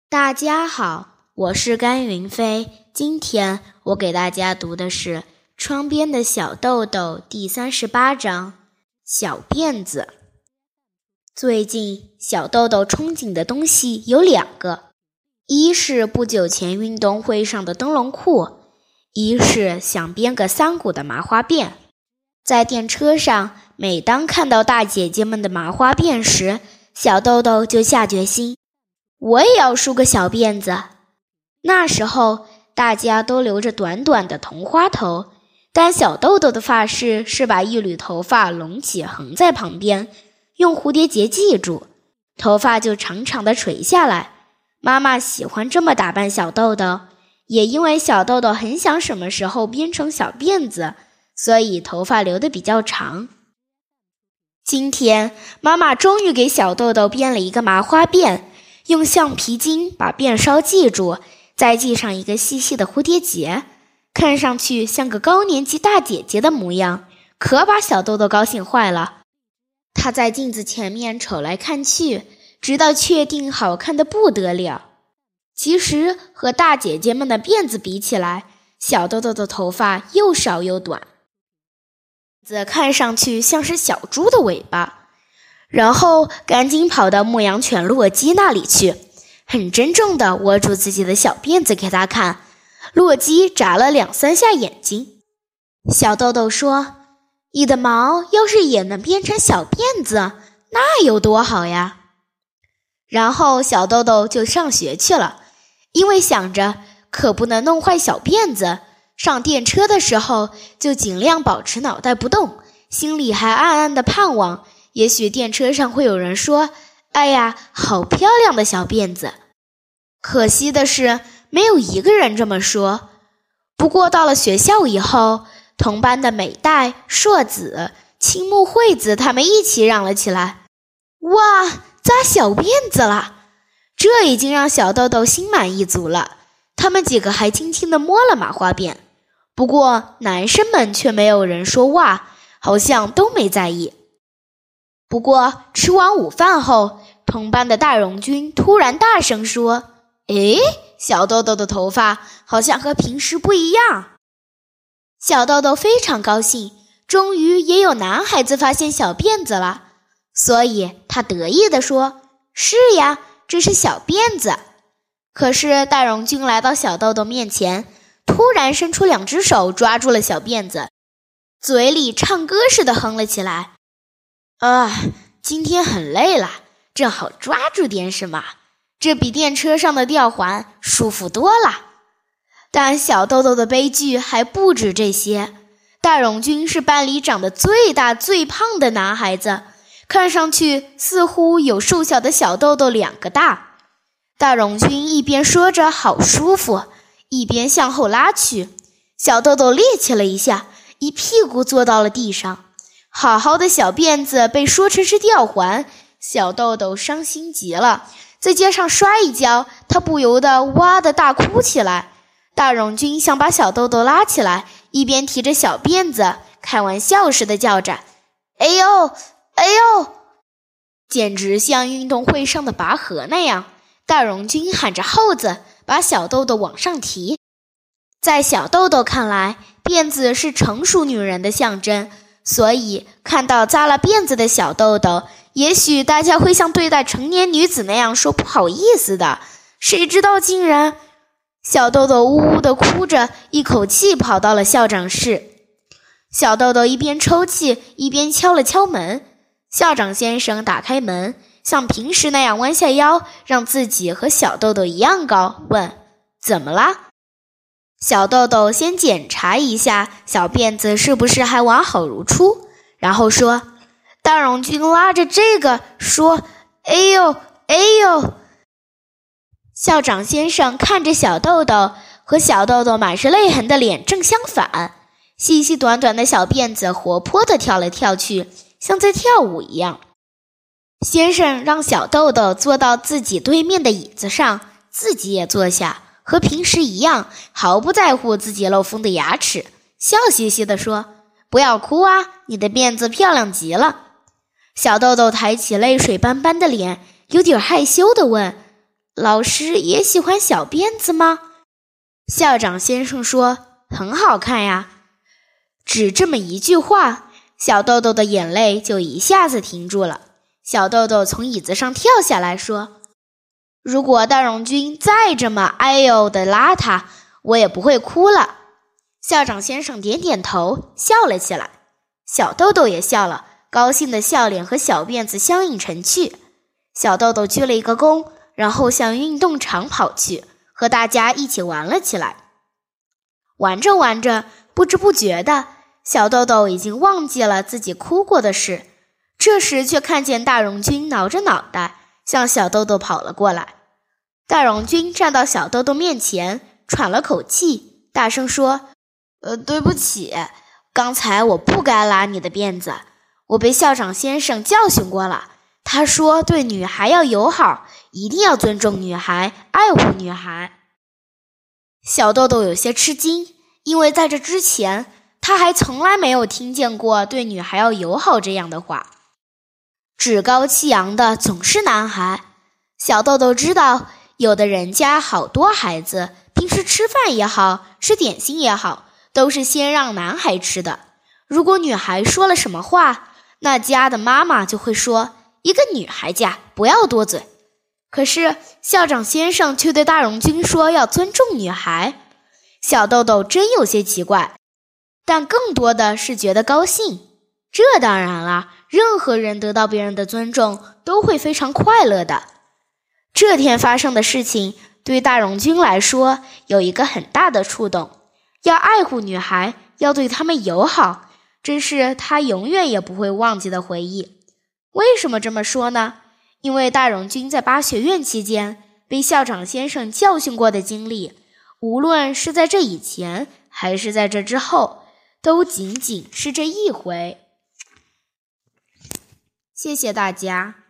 大家好，我是甘云飞。今天我给大家读的是《窗边的小豆豆》第38章小辫子。最近小豆豆憧憬的东西有2个，一是不久前运动会上的灯笼裤，一是想编个3股的麻花辫。在电车上，每当看到大姐姐们的麻花辫时，小豆豆就下决心，我也要梳个小辫子。那时候大家都留着短短的桐花头，但小豆豆的发饰是把一缕头发隆起横在旁边，用蝴蝶结系住，头发就长长的垂下来。妈妈喜欢这么打扮小豆豆，也因为小豆豆很想什么时候编成小辫子，所以头发留得比较长。今天妈妈终于给小豆豆编了一个麻花辫，用橡皮筋把辫梢系住，再系上一个细细的蝴蝶结，看上去像个高年级大姐姐的模样，可把小豆豆高兴坏了。她在镜子前面瞅来看去，直到确定好看得不得了。其实和大姐姐们的辫子比起来，小豆豆的头发又少又短，看上去像是小猪的尾巴。然后赶紧跑到牧羊犬洛基那里去，很郑重地握住自己的小辫子给他看。洛基眨了2-3下眼睛。小豆豆说，你的毛要是也能编成小辫子，那有多好呀。然后小豆豆就上学去了，因为想着可不能弄坏小辫子，上电车的时候就尽量保持脑袋不动，心里还暗暗地盼望，也许电车上会有人说，哎呀，好漂亮的小辫子。可惜的是，没有一个人这么说。不过到了学校以后，同班的美代、硕子、青木惠子他们一起嚷了起来，哇，扎小辫子了！这已经让小豆豆心满意足了。他们几个还轻轻地摸了麻花辫，不过男生们却没有人说哇，好像都没在意。不过吃完午饭后，同班的大荣君突然大声说，诶，小豆豆的头发好像和平时不一样。小豆豆非常高兴，终于也有男孩子发现小辫子了，所以他得意地说，是呀，这是小辫子。可是大荣君来到小豆豆面前，突然伸出2只手抓住了小辫子，嘴里唱歌似的哼了起来，今天很累了，正好抓住点什么，这比电车上的吊环舒服多了。但小豆豆的悲剧还不止这些。大荣君是班里长得最大最胖的男孩子，看上去似乎有瘦小的小豆豆2个大。大荣君一边说着好舒服，一边向后拉去，小豆豆趔趄了一下，一屁股坐到了地上。好好的小辫子被说成是吊环，小豆豆伤心极了，在街上摔一跤，他不由得哇的大哭起来。大荣君想把小豆豆拉起来，一边提着小辫子，开玩笑似的叫着，哎呦，哎呦，简直像运动会上的拔河那样。大荣君喊着号子，把小豆豆往上提。在小豆豆看来，辫子是成熟女人的象征，所以看到扎了辫子的小豆豆，也许大家会像对待成年女子那样说不好意思的，谁知道竟然……小豆豆呜呜地哭着，一口气跑到了校长室。小豆豆一边抽泣，一边敲了敲门。校长先生打开门，像平时那样弯下腰，让自己和小豆豆一样高，问，怎么啦？小豆豆先检查一下小辫子是不是还完好如初，然后说，大荣君拉着这个说，哎呦，哎呦。校长先生看着小豆豆，和小豆豆满是泪痕的脸正相反，细细短短的小辫子活泼地跳来跳去，像在跳舞一样。先生让小豆豆坐到自己对面的椅子上，自己也坐下，和平时一样，毫不在乎自己漏风的牙齿，笑嘻嘻地说，不要哭啊，你的辫子漂亮极了。小豆豆抬起泪水斑斑的脸，有点害羞地问， 老师也喜欢小辫子吗？校长先生说，很好看呀。只这么一句话，小豆豆的眼泪就一下子停住了。小豆豆从椅子上跳下来说，如果大荣君再这么哎呦的拉他，我也不会哭了。校长先生点点头，笑了起来。小豆豆也笑了，高兴的笑脸和小辫子相映成趣。小豆豆鞠了一个躬，然后向运动场跑去，和大家一起玩了起来。玩着玩着，不知不觉的，小豆豆已经忘记了自己哭过的事。这时却看见大荣君挠着脑袋向小豆豆跑了过来。大荣君站到小豆豆面前，喘了口气，大声说，对不起，刚才我不该拉你的辫子，我被校长先生教训过了。他说对女孩要友好，一定要尊重女孩，爱护女孩。小豆豆有些吃惊，因为在这之前，他还从来没有听见过对女孩要友好这样的话。趾高气扬的总是男孩。小豆豆知道，有的人家好多孩子，平时吃饭也好，吃点心也好，都是先让男孩吃的。如果女孩说了什么话，那家的妈妈就会说，一个女孩家不要多嘴。可是校长先生却对大荣君说要尊重女孩。小豆豆真有些奇怪，但更多的是觉得高兴。这当然了，任何人得到别人的尊重都会非常快乐的。这天发生的事情对大荣君来说有一个很大的触动，要爱护女孩，要对她们友好，这是他永远也不会忘记的回忆。为什么这么说呢？因为大荣君在巴学院期间被校长先生教训过的经历，无论是在这以前还是在这之后，都仅仅是这一回。谢谢大家。